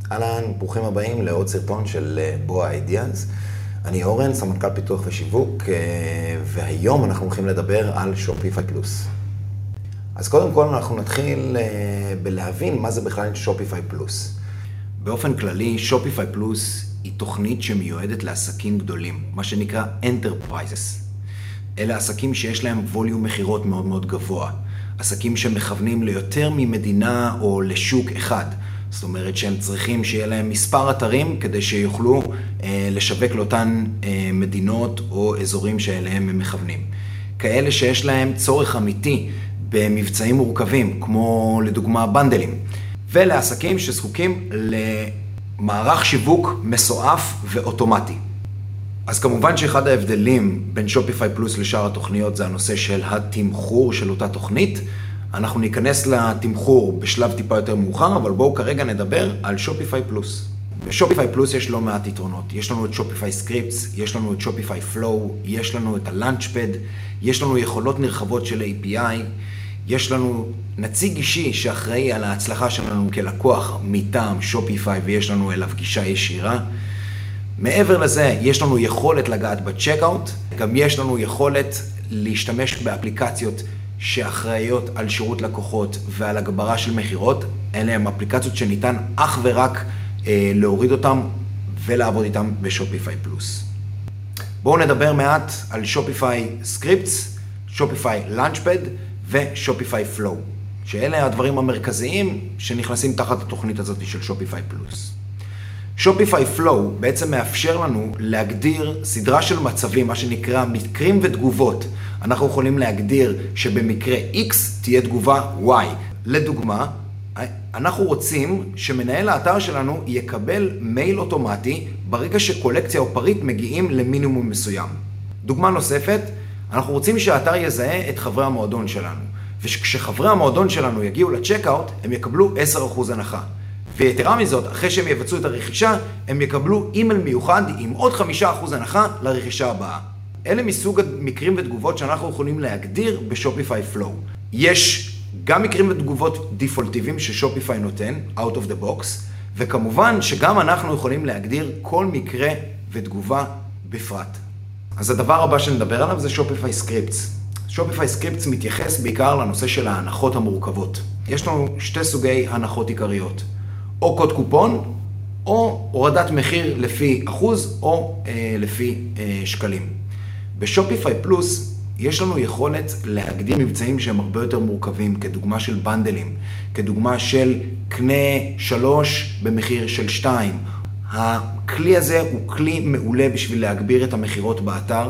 אהלן, ברוכים הבאים לעוד סרטון של בואה אידיאז. אני אורן, סמנכ"ל פיתוח ושיווק, והיום אנחנו הולכים לדבר על שופיפיי פלוס. אז קודם כל אנחנו נתחיל בלהבין מה זה בכלל שופיפיי פלוס. באופן כללי, שופיפיי פלוס היא תוכנית שמיועדת לעסקים גדולים, מה שנקרא Enterprises. אלה עסקים שיש להם ווליום מחירות מאוד מאוד גבוה. עסקים שמכוונים ליותר ממדינה או לשוק אחד. זאת אומרת שהם צריכים שיהיה להם מספר אתרים כדי שיוכלו לשווק לאותן מדינות או אזורים שאליהם הם מכוונים. כאלה שיש להם צורך אמיתי במבצעים מורכבים, כמו לדוגמה בנדלים. ולעסקים שזקוקים למערך שיווק מסועף ואוטומטי. אז כמובן שאחד ההבדלים בין שופיפיי פלוס לשאר התוכניות זה הנושא של התמחור של אותה תוכנית. אנחנו ניכנס לתמחור בשלב טיפה יותר מאוחר, אבל בואו כרגע נדבר על שופיפיי פלוס. בשופיפיי פלוס יש לא מעט יתרונות. יש לנו את שופיפיי סקריפטס, יש לנו את שופיפיי פלואו, יש לנו את הלאנצ'פד, יש לנו יכולות נרחבות של API, יש לנו נציג אישי שאחראי על ההצלחה שלנו כלקוח מטעם שופיפיי ויש לנו אליו גישה ישירה. מעבר לזה, יש לנו יכולת לגעת בצ'קאוט, גם יש לנו יכולת להשתמש באפליקציות שאחראיות על שירות לקוחות ועל הגברה של מחירות. אלה הם אפליקציות שניתן אך ורק להוריד אותם ולעבוד איתם בשופיפיי פלוס. בואו נדבר מעט על שופיפיי סקריפטס, שופיפיי לאנצ'פד ושופיפיי פלואו, שאלה הדברים המרכזיים שנכנסים תחת התוכנית הזאת של שופיפיי פלוס. שופיפיי פלואו בעצם מאפשר לנו להגדיר סדרה של מצבים, מה שנקרא מקרים ותגובות. אנחנו יכולים להגדיר שבמקרה X תהיה תגובה Y. לדוגמה, אנחנו רוצים שמנהל האתר שלנו יקבל מייל אוטומטי ברגע שקולקציה או פריט מגיעים למינימום מסוים. דוגמה נוספת, אנחנו רוצים שהאתר יזהה את חברי המועדון שלנו, וכשחברי המועדון שלנו יגיעו לצ'קאוט, הם יקבלו 10% הנחה. ויתרה מזאת, אחרי שהם יבצעו את הרכישה, הם יקבלו אימייל מיוחד עם עוד 5% הנחה לרכישה הבאה. אלה מסוג המקרים ותגובות שאנחנו יכולים להגדיר בשופיפיי פלואו. יש גם מקרים ותגובות דיפולטיביים ששופיפיי נותן, out of the box, וכמובן שגם אנחנו יכולים להגדיר כל מקרה ותגובה בפרט. אז הדבר הבא שנדבר עליו זה שופיפיי סקריפטס. שופיפיי סקריפטס מתייחס בעיקר לנושא של ההנחות המורכבות. יש לנו שתי סוגי הנחות עיקריות. או קוד קופון, או הורדת מחיר לפי אחוז, או לפי שקלים. בשופיפיי פלוס יש לנו יכולת להגדיר מבצעים שהם הרבה יותר מורכבים, כדוגמה של בנדלים, כדוגמה של קנה 3 במחיר של 2. הכלי הזה הוא כלי מעולה בשביל להגביר את המחירות באתר.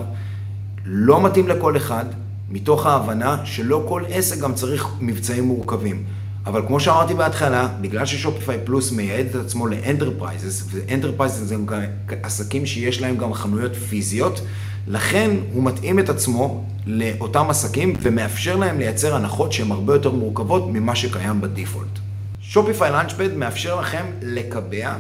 לא מתאים לכל אחד, מתוך ההבנה שלא כל עסק גם צריך מבצעים מורכבים. אבל כמו שאמרתי בהתחלה, בגלל ששופיפיי פלוס מייעד את עצמו לאנטרפרייזס, ואנטרפרייזס זה גם עסקים שיש להם גם חנויות פיזיות, לכן הוא מתאים את עצמו לאותם עסקים ומאפשר להם לייצר הנחות שהן הרבה יותר מורכבות ממה שקיים בדיפולט. שופיפיי לאנצ'פד מאפשר לכם לקבע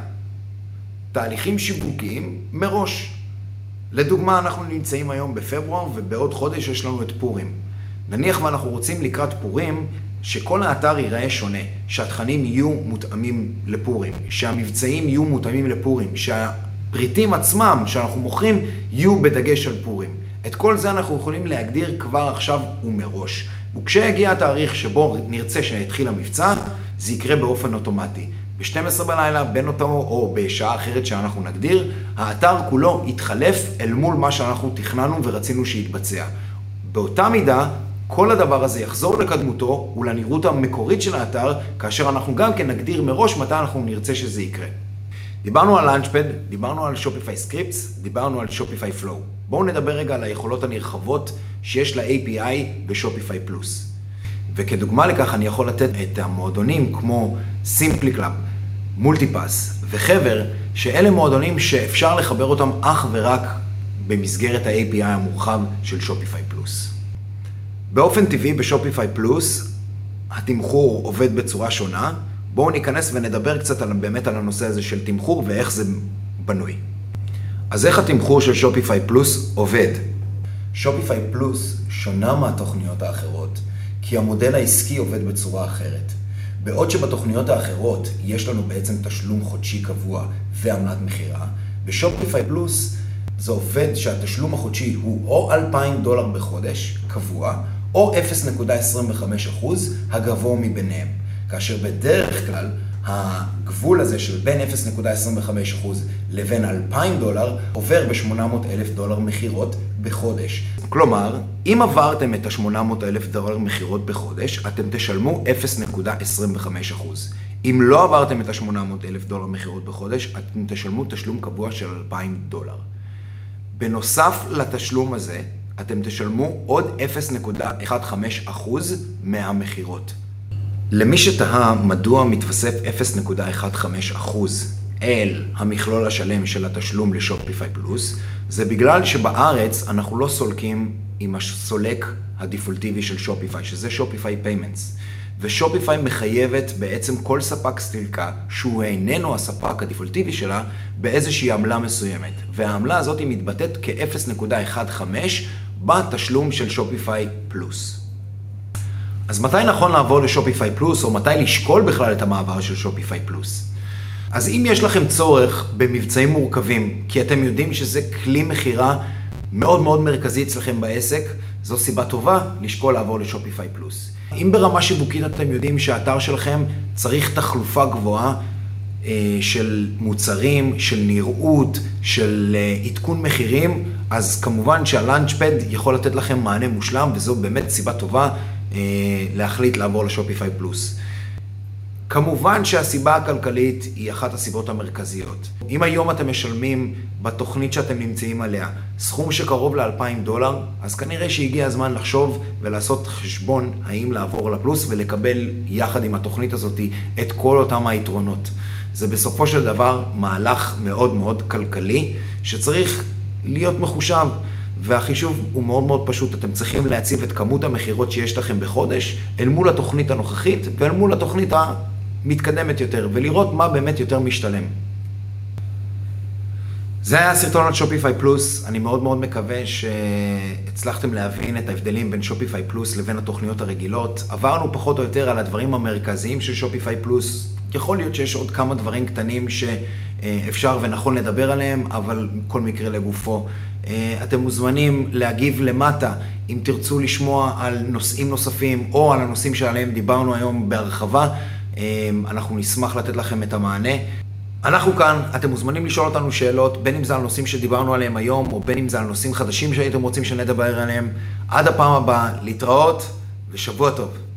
תהליכים שיווקיים מראש. לדוגמה, אנחנו נמצאים היום בפברואר ובעוד חודש יש לנו את פורים. נניח ואנחנו רוצים לקראת פורים שכל האתר ייראה שונה, שהתכנים יהיו מותאמים לפורים, שהמבצעים יהיו מותאמים לפורים, שהפריטים עצמם שאנחנו מוכרים יהיו בדגש על פורים. את כל זה אנחנו יכולים להגדיר כבר עכשיו ומראש. וכשיגיע התאריך שבו נרצה שיתחיל המבצע, זה יקרה באופן אוטומטי. ב-12 בלילה, בין אותו או בשעה אחרת שאנחנו נגדיר, האתר כולו יתחלף אל מול מה שאנחנו תכננו ורצינו שיתבצע. באותה מידה, כל הדבר הזה יחזור לקדמותו ולנראות המקורית של האתר, כאשר אנחנו גם כן נגדיר מראש מתי אנחנו נרצה שזה יקרה. דיברנו על לאנצ'פד, דיברנו על שופיפיי סקריפטס, דיברנו על שופיפיי פלואו. בואו נדבר רגע על היכולות הנרחבות שיש ל-API בשופיפיי פלוס. וכדוגמה לכך אני יכול לתת את המועדונים כמו סימפלי קלאב, מולטיפאס וחבר, שאלה מועדונים שאפשר לחבר אותם אך ורק במסגרת ה-API המורחב של שופיפיי פלוס. באופן טבעי בשופיפיי פלוס, התמחור עובד בצורה שונה. בואו ניכנס ונדבר קצת באמת על הנושא הזה של תמחור ואיך זה בנוי. אז איך התמחור של שופיפיי פלוס עובד? שופיפיי פלוס שונה מהתוכניות האחרות, כי המודל העסקי עובד בצורה אחרת. בעוד שבתוכניות האחרות יש לנו בעצם תשלום חודשי קבוע ועמלת מחירה, בשופיפיי פלוס זה עובד שהתשלום החודשי הוא או $2,000 בחודש קבוע, או 0.25% הגבוה מביניהם. כאשר בדרך כלל הגבול הזה של בין 0.25% לבין $2,000 עובר ב$800,000 מחירות בחודש. כלומר, אם עברתם את ה$800,000 מחירות בחודש, אתם תשלמו 0.25%. אם לא עברתם את ה$800,000 מחירות בחודש, אתם תשלמו תשלום קבוע של $2,000. בנוסף לתשלום הזה, אתם תשלמו עוד 0.15% מהמחירות. למי שתהה מדוע מתווסף 0.15% אל המכלול השלם של התשלום לשופיפיי פלוס, זה בגלל שבארץ אנחנו לא סולקים עם הסולק הדיפולטיבי של שופיפיי, שזה שופיפיי פיימנטס. ושופיפיי מחייבת בעצם כל ספק סליקה, שהוא איננו הספק הדיפולטיבי שלה, באיזושהי עמלה מסוימת. והעמלה הזאת היא מתבטאת כ-0.15 בתשלום של שופיפיי פלוס. אז מתי נכון לעבור לשופיפיי פלוס, או מתי לשקול בכלל את המעבר של שופיפיי פלוס? אז אם יש לכם צורך במבצעים מורכבים, כי אתם יודעים שזה כלי מחירה מאוד מאוד מרכזי אצלכם בעסק, זו סיבה טובה לשקול לעבור לשופיפיי פלוס. אם ברמה שיווקית אתם יודעים שהאתר שלכם צריך תחלופה גבוהה של מוצרים, של נראות, של עדכון מחירים, אז כמובן שהלאנצ'פד יכול לתת לכם מענה מושלם, וזו באמת סיבה טובה להחליט לעבור לשופיפיי פלוס. כמובן שהסיבה הכלכלית היא אחת הסיבות המרכזיות. אם היום אתם משלמים בתוכנית שאתם נמצאים עליה סכום שקרוב ל$2,000, אז כנראה שהגיע הזמן לחשוב ולעשות חשבון האם לעבור לפלוס ולקבל יחד עם התוכנית הזאת את כל אותם היתרונות. זה בסופו של דבר מהלך מאוד מאוד כלכלי שצריך להיות מחושב. והחישוב הוא מאוד מאוד פשוט, אתם צריכים להציב את כמות המחירות שיש לכם בחודש אל מול התוכנית הנוכחית ואל מול התוכנית המתקדמת יותר, ולראות מה באמת יותר משתלם. זה היה הסרטון על שופיפיי פלוס, אני מאוד מאוד מקווה שהצלחתם להבין את ההבדלים בין שופיפיי פלוס לבין התוכניות הרגילות. עברנו פחות או יותר על הדברים המרכזיים של שופיפיי פלוס, יכול להיות שיש עוד כמה דברים קטנים שאפשר ונכון לדבר עליהם, אבל כל מקרה לגופו. אתם מוזמנים להגיב למטה אם תרצו לשמוע על נושאים נוספים או על הנושאים שעליהם דיברנו היום בהרחבה. אנחנו נשמח לתת לכם את המענה. אנחנו כאן, אתם מוזמנים לשאול אותנו שאלות, בין אם זה על נושאים שדיברנו עליהם היום, או בין אם זה על נושאים חדשים שהייתם רוצים שנדבר עליהם. עד הפעם הבאה, להתראות ושבוע טוב.